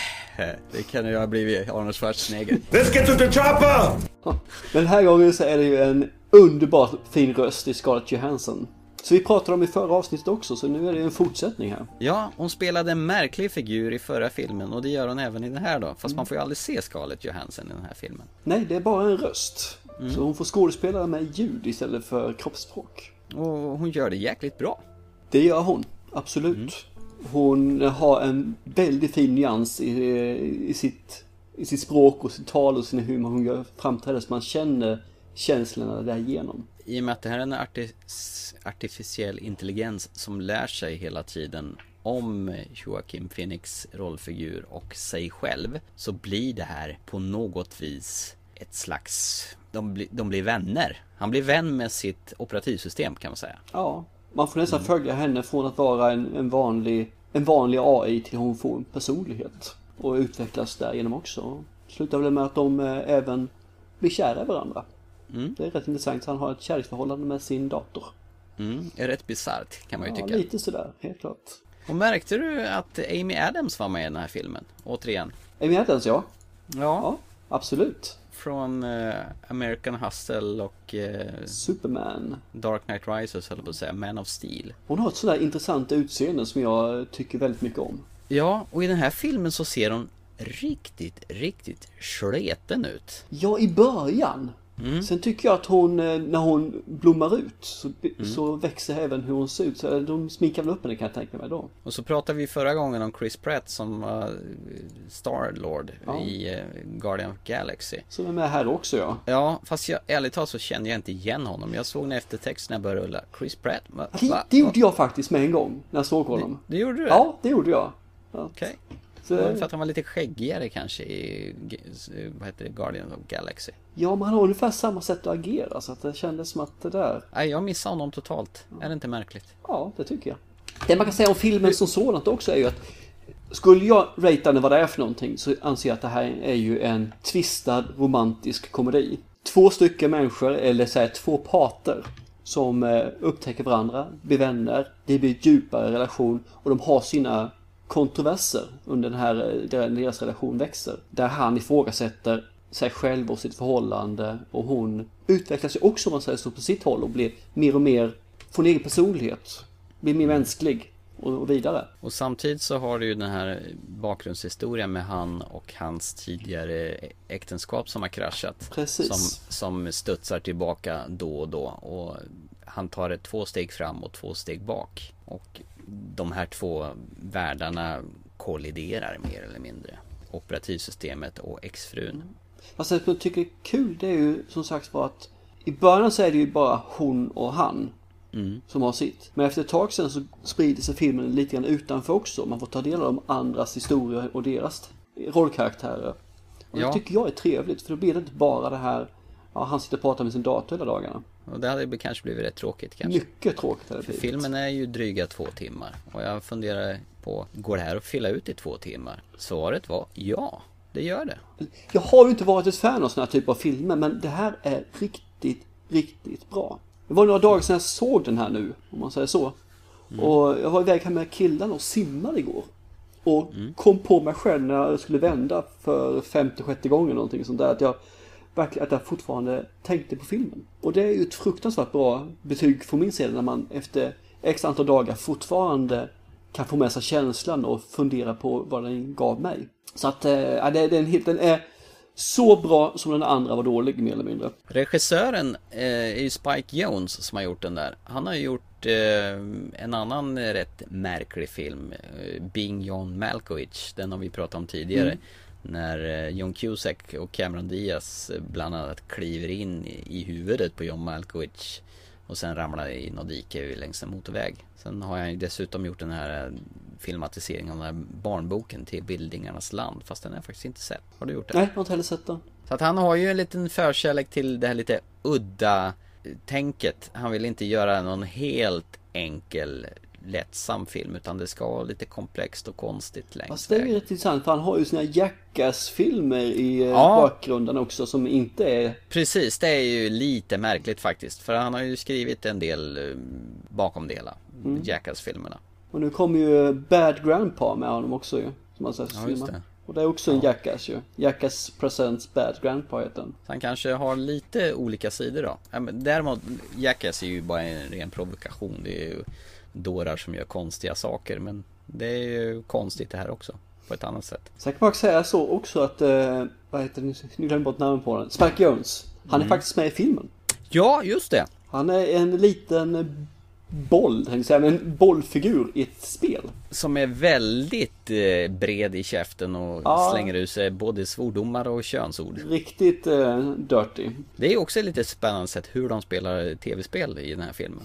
Det kan ju ha blivit Arnold Schwarzenegger. Let's get to the chopper! Men den här gången så är det ju en underbart fin röst i Scarlett Johansson. Så vi pratade om i förra avsnittet också, så nu är det en fortsättning här. Ja, hon spelade en märklig figur i förra filmen och det gör hon även i den här då. Fast mm. man får ju aldrig se Scarlett Johansson i den här filmen. Nej, det är bara en röst. Mm. Så hon får skådespela med ljud istället för kroppsspråk. Och hon gör det jäkligt bra. Det gör hon, absolut. Mm. Hon har en väldigt fin nyans i, i, sitt, i sitt språk och sitt tal och sin humor. Hon gör framträdande så man känner känslorna därigenom. I och med att det här är en artis- artificiell intelligens som lär sig hela tiden om Joaquin Phoenix rollfigur och sig själv, så blir det här på något vis ett slags... De, bli, de blir vänner. Han blir vän med sitt operativsystem kan man säga. Ja, man får nästan mm. följa henne från att vara en, en, vanlig, en vanlig A I till hon får en personlighet. Och utvecklas därigenom också. Slutar väl med att de eh, även blir kära i varandra. Mm. Det är rätt intressant. Han har ett kärleksförhållande med sin dator. Mm, är rätt bizarrt kan man ju ja, tycka. Lite sådär, helt klart. Och märkte du att Amy Adams var med i den här filmen? Återigen. Amy Adams, ja. Ja, ja absolut. Från uh, American Hustle och uh, Superman, Dark Knight Rises, höll på att säga, Man of Steel. Hon har ett sådär intressant utseende som jag tycker väldigt mycket om. Ja, och i den här filmen så ser hon riktigt, riktigt sleten ut. Ja, i början. Mm. Sen tycker jag att hon, när hon blommar ut så, mm. så växer även hur hon ser ut. Så de sminkar väl upp henne kan jag tänka mig då. Och så pratade vi förra gången om Chris Pratt som uh, Star-Lord ja. i uh, Guardian of Galaxy. Som är med här också, ja. Ja, fast jag, ärligt talat så kände jag inte igen honom. Jag såg när eftertexten jag började rulla. Chris Pratt? Va? Det, det gjorde jag faktiskt med en gång när jag såg honom. Det, det gjorde du? Ja, det gjorde jag. Ja. Okej. Okay. Så... För att han var lite skäggigare kanske i vad heter det, Guardian of Galaxy. Ja, men han har ungefär samma sätt att agera så att det kändes som att det där... Nej, jag missade honom totalt. Ja. Är det inte märkligt? Ja, det tycker jag. Det man kan säga om filmen som sådant också är ju att skulle jag ratea den vad det är för någonting så anser jag att det här är ju en twistad romantisk komedi. Två stycken människor, eller så här, två parter som upptäcker varandra, blir vänner, det blir djupare relation och de har sina kontroverser under den här, där deras relation växer. Där han ifrågasätter sig själv och sitt förhållande och hon utvecklar sig också om man säger så på sitt håll och blir mer och mer, får en egen personlighet, blir mer mänsklig och vidare. Och samtidigt så har du ju den här bakgrundshistorien med han och hans tidigare äktenskap som har kraschat. Precis. Som, som studsar tillbaka då och då och han tar ett två steg fram och två steg bak och de här två världarna kolliderar mer eller mindre. Operativsystemet och exfrun. Vad jag tycker är kul det är ju som sagt var att i början så är det ju bara hon och han mm. som har sitt. Men efter ett tag sen så sprider sig filmen lite grann utanför också. Man får ta del av de andras historier och deras rollkaraktärer. Och ja. Det tycker jag är trevligt för då blir det inte bara det här ja, han sitter och pratar med sin dator hela dagarna. Och det hade kanske blivit rätt tråkigt kanske. Mycket tråkigt hade det blivit. För filmen är ju dryga två timmar. Och jag funderar på, går det här att fylla ut i två timmar? Svaret var ja, det gör det. Jag har ju inte varit ett fan av såna här typer av filmer, men det här är riktigt, riktigt bra. Det var några dagar sedan jag såg den här nu, om man säger så. Mm. Och jag var iväg här med killarna och simmade igår. Och mm. kom på mig själv när jag skulle vända för femte, sjätte gången någonting sånt där. Att jag verkligen, att jag fortfarande tänkte på filmen. Och det är ju ett fruktansvärt bra betyg från min sida när man efter x antal dagar fortfarande kan få med sig känslan och fundera på vad den gav mig. Så att äh, det, det är en, den är så bra som den andra var dålig, mer eller mindre. Regissören eh, är ju Spike Jonze som har gjort den där. Han har gjort eh, en annan eh, rätt märklig film, eh, Being John Malkovich. Den har vi pratat om tidigare. Mm. När eh, John Cusack och Cameron Diaz eh, bland annat kliver in i, i huvudet på John Malkovich och sen ramlar i något dike längs en motorväg. Sen har jag ju dessutom gjort den här eh, filmatiseringen av den här barnboken Till Bildingarnas land, fast den har jag faktiskt inte sett. Har du gjort det? Nej, jag har inte heller sett den. Så att han har ju en liten förkärlek till det här lite udda tänket. Han vill inte göra någon helt enkel lättsam film, utan det ska vara lite komplext och konstigt längs Fast det är ju rätt intressant, för han har ju sina Jackass-filmer i ja. bakgrunden också som inte är... Precis, det är ju lite märkligt faktiskt, för han har ju skrivit en del bakomdelar, mm. Jackass-filmerna. Och nu kommer ju Bad Grandpa med honom också ju, som man säger. Ja, just det. Och det är också en ja. Jackass ju. Jackass Presents Bad Grandpa heter den. Han kanske har lite olika sidor då. Däremot, Jackass är ju bara en ren provokation. Det är ju dårar som gör konstiga saker, men det är ju konstigt det här också på ett annat sätt. Sen kan man säga så också att eh, vad heter det, nu glömde jag bort namnet på den. Spike Jonze. Han är mm. faktiskt med i filmen. Ja, just det. Han är en liten boll, tänkte jag säga, en bollfigur i ett spel. Som är väldigt eh, bred i käften och ja. slänger ut sig både svordomar och könsord. Riktigt eh, dirty. Det är också lite spännande sätt hur de spelar tv-spel i den här filmen.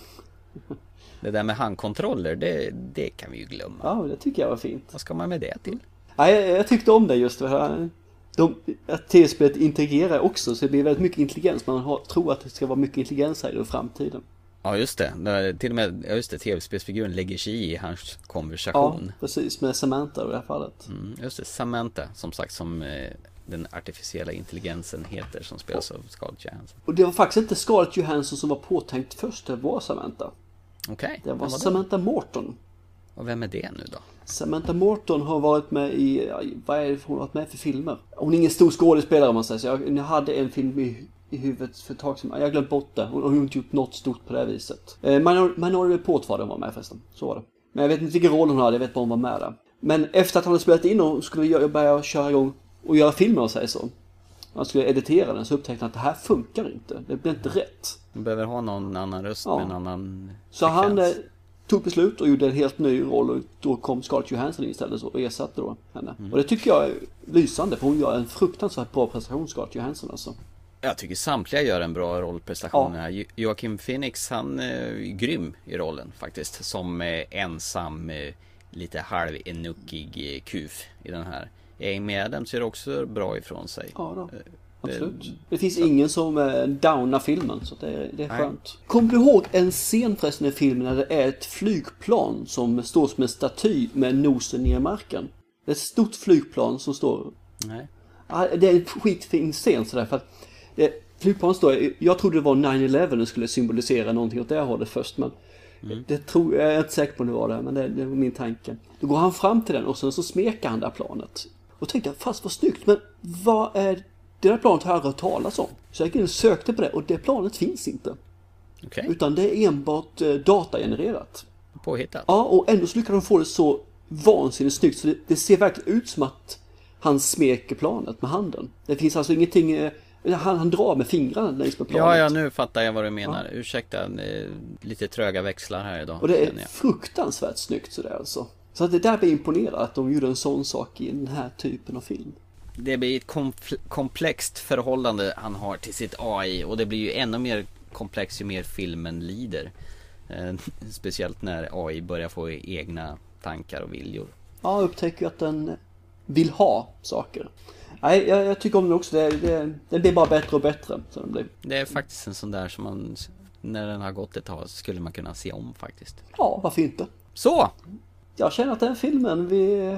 Det där med handkontroller, det, det kan vi ju glömma. Ja, det tycker jag var fint. Vad ska man med det till? Ja, jag, jag tyckte om det just. För de, att tv-spelet integrerar också, så det blir väldigt mycket intelligens. Man har, tror att det ska vara mycket intelligens här i framtiden. Ja, just det. Till och med, just det, tv-spelsfiguren lägger sig i hans konversation. Ja, precis. Med Samantha i det här fallet. Mm, just det, Samantha, som sagt, som eh, den artificiella intelligensen heter, som spelas av Scarlett Johansson. Och det var faktiskt inte Scarlett Johansson som var påtänkt först, det var Samantha. Okej. Okay. Det var, var Samantha det? Morton. Och vem är det nu då? Samantha Morton har varit med i, vad är det hon har varit med för filmer? Hon är ingen stor skådespelare om man säger så. Jag, jag hade en film i, i huvudet för ett tag sedan. Jag har glömt bort det. Hon har inte gjort något stort på det här viset. Eh, Minority Report var det hon var med förresten. Så var det. Men jag vet inte vilken roll hon hade. Jag vet bara hon var med där. Men efter att han hade spelat in och skulle jag börja köra igång och göra filmer och säga så. Han skulle editera den, så upptäckte han att det här funkar inte. Det blir inte rätt. Man behöver ha någon annan röst ja. med en annan Så sekvens. Han eh, tog beslut och gjorde en helt ny roll, och då kom Scarlett Johansson istället och ersatte då henne. Mm. Och det tycker jag är lysande, för hon gör en fruktansvärt bra prestation, Scarlett Johansson alltså. Jag tycker samtliga gör en bra rollprestation här. Ja. Joaquin Phoenix, han är grym i rollen faktiskt. Som eh, ensam, eh, lite halvenuckig eh, kuf i den här. Amy Adams ser också bra ifrån sig. Ja då. Absolut. Det, det finns så. Ingen som eh, downar filmen, så det är, det är skönt. Kommer du ihåg en scen förresten i filmen när det är ett flygplan som står som en staty med nosen ner i marken? Det är ett stort flygplan som står... Nej. Ja, det är en skitfin scen sådär, för att det, flygplan står... Jag trodde det var nine eleven och skulle symbolisera någonting åt det jag hållet först, men mm. det tror jag är inte säker på om det var det, men det, det var min tanke. Då går han fram till den och sen så smekar han det här planet. Och tänkte jag, fast vad snyggt, men vad är det där planet har jag hört talas om? Så jag gick in och sökte på det, och det planet finns inte. Okay. Utan det är enbart eh, datagenererat. Påhittat. Ja, och ändå så lyckades de få det så vansinnigt snyggt, så det, det ser verkligen ut som att han smeker planet med handen. Det finns alltså ingenting... Eh, han, han drar med fingrarna längs med planet. Ja, ja, nu fattar jag vad du menar. Ja. Ursäkta, eh, lite tröga växlar här idag. Och det är fruktansvärt snyggt så det alltså. Så att det där blir imponerat att de gjorde en sån sak i den här typen av film. Det blir ett kompl- komplext förhållande han har till sitt A I, och det blir ju ännu mer komplext ju mer filmen lider. Eh, speciellt när A I börjar få egna tankar och viljor. Ja, jag upptäcker ju att den vill ha saker. Nej, jag, jag tycker om det också. Det, det, det blir bara bättre och bättre. Så det, blir. Det är faktiskt en sån där som man, när den har gått ett tag, skulle man kunna se om faktiskt. Ja, varför inte? Så! Jag känner att den filmen vi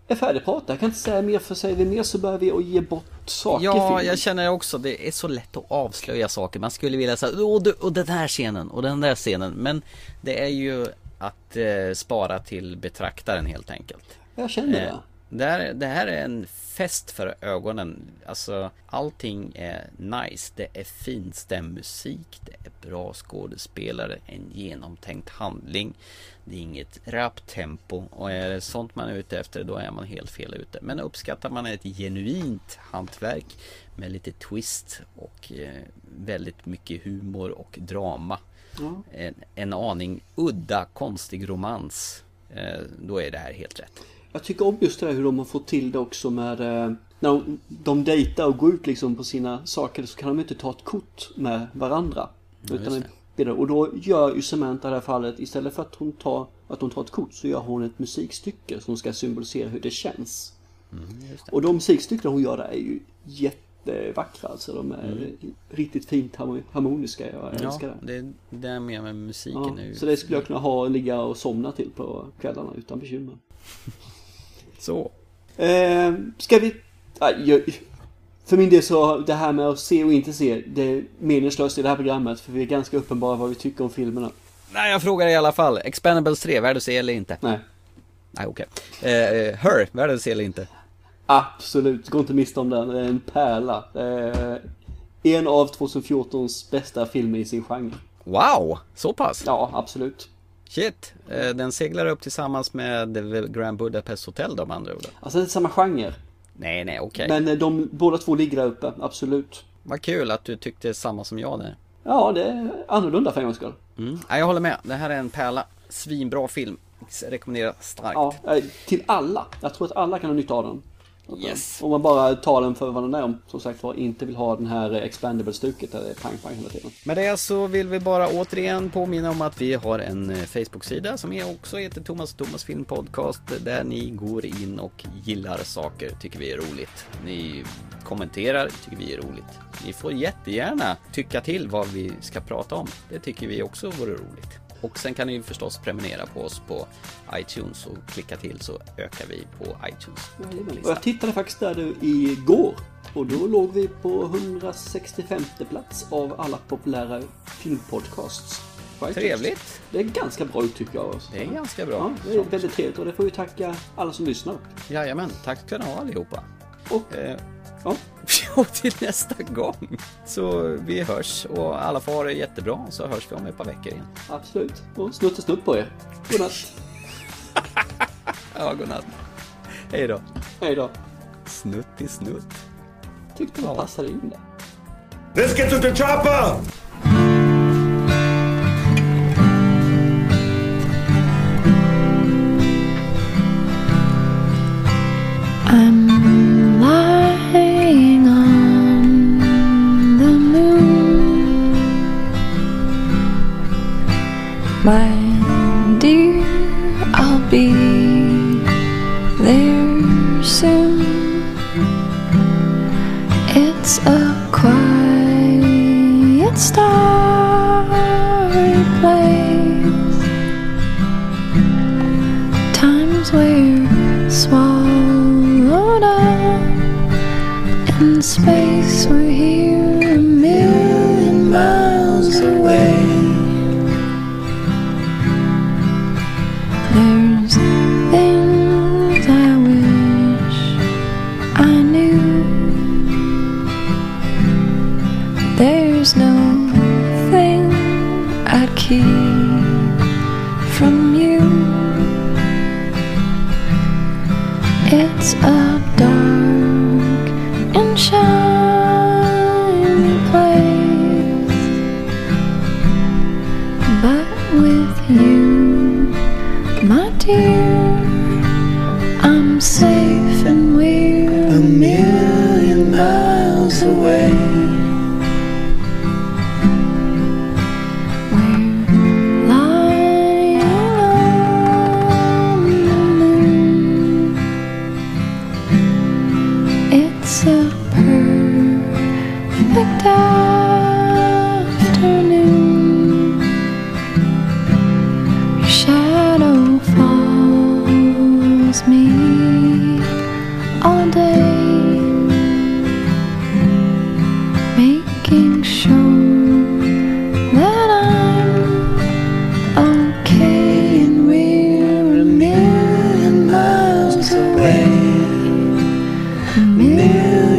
är färdigpratad. Jag kan inte säga mer, för säger vi mer så börjar vi att ge bort saker. Ja, jag känner också, det är så lätt att avslöja saker. Man skulle vilja säga, och, och den här scenen och den där scenen. Men det är ju att eh, spara till betraktaren helt enkelt. Jag känner det. Eh, det, här, det här är en fest för ögonen. Alltså, allting är nice. Det är fin stämmusik, det är bra skådespelare, en genomtänkt handling. Det är inget raptempo, och är det sånt man är ute efter, då är man helt fel ute. Men uppskattar man ett genuint hantverk med lite twist och eh, väldigt mycket humor och drama, mm. en, en aning udda, konstig romans, eh, då är det här helt rätt. Jag tycker om just det här hur de har fått till det också med eh, när de, de dejtar och går ut liksom på sina saker, så kan de inte ta ett kort med varandra. Ja, utan det. Och då gör ju Samantha i det här fallet, istället för att hon tar, att hon tar ett kort, så gör hon ett musikstycke som ska symbolisera hur det känns. Mm, just det. Och de musikstycken hon gör där är ju jättevackra. Alltså de är Mm. riktigt fint harmoniska. Jag älskar Ja, det. det, det är med med musiken Ja, nu. så det skulle jag kunna ha, ligga och somna till på kvällarna utan bekymmer. Så. Eh, ska vi... Aj, jag, för min del så det här med att se och inte se, det är meningslöst i det här programmet, för vi är ganska uppenbara vad vi tycker om filmerna. Nej, jag frågar i alla fall. Expendables tre, värd att se eller inte? Nej. Nej, okej. Okay. Eh, Her, värd att se eller inte? Absolut, gå inte miste om den. Det är en pärla. Eh, en av tjugohundrafjortons bästa filmer i sin genre. Wow, så pass? Ja, absolut. Shit, eh, den seglar upp tillsammans med The Grand Budapest Hotel, de andra orden. Alltså det är samma genre. Nej, nej, okej. Okay. Men de båda två ligger där uppe, absolut. Vad kul att du tyckte samma som jag där. Ja, det är annorlunda för en gångs skull. Mm. Ja, jag håller med, det här är en pärla. Svinbra film, rekommenderar starkt. Ja, till alla. Jag tror att alla kan ha nytta av den. Yes. Om man bara tar den för vad den är, om som sagt var inte vill ha den här expandable-stuket där det är pang-pang hela tiden. Med det så vill vi bara återigen påminna om att vi har en Facebook-sida som är också heter Thomas och Thomas Film Podcast, där ni går in och gillar saker, tycker vi är roligt. Ni kommenterar, tycker vi är roligt. Ni får jättegärna tycka till vad vi ska prata om. Det tycker vi också vore roligt. Och sen kan ni ju förstås prenumerera på oss på iTunes och klicka till så ökar vi på iTunes. Och jag tittade faktiskt där nu igår och då låg vi på hundrasextiofemte plats av alla populära filmpodcasts. Trevligt. Det är ganska bra tycker jag. Det är ganska bra. Ja, det är väldigt trevligt och det får vi tacka alla som lyssnar. Jajamän, tack ska ni ha allihopa. Och eh, ja. Och till nästa gång. Så vi hörs och alla får ha det jättebra, så hörs vi om ett par veckor igen. Absolut. Och snutt och snutt på er. Godnatt. Ja, godnatt. Hej då. Hej då. Snutt i snutt. Tyckte man passade in där. Let's get to the chopper! I'm lying on the moon, my dear, I'll be there soon. It's a quiet, starry place, times we're swallowed up in space. We're here a million miles away. There's things I wish I knew. There's no thing I'd keep from you. It's a dark and shiny place, but with you, my dear, I'm safe and we're a million miles away. We're lying on the moon. It's a perfect afternoon. Your shadow follows me all day, making sure that I'm okay and we're a million miles away. A million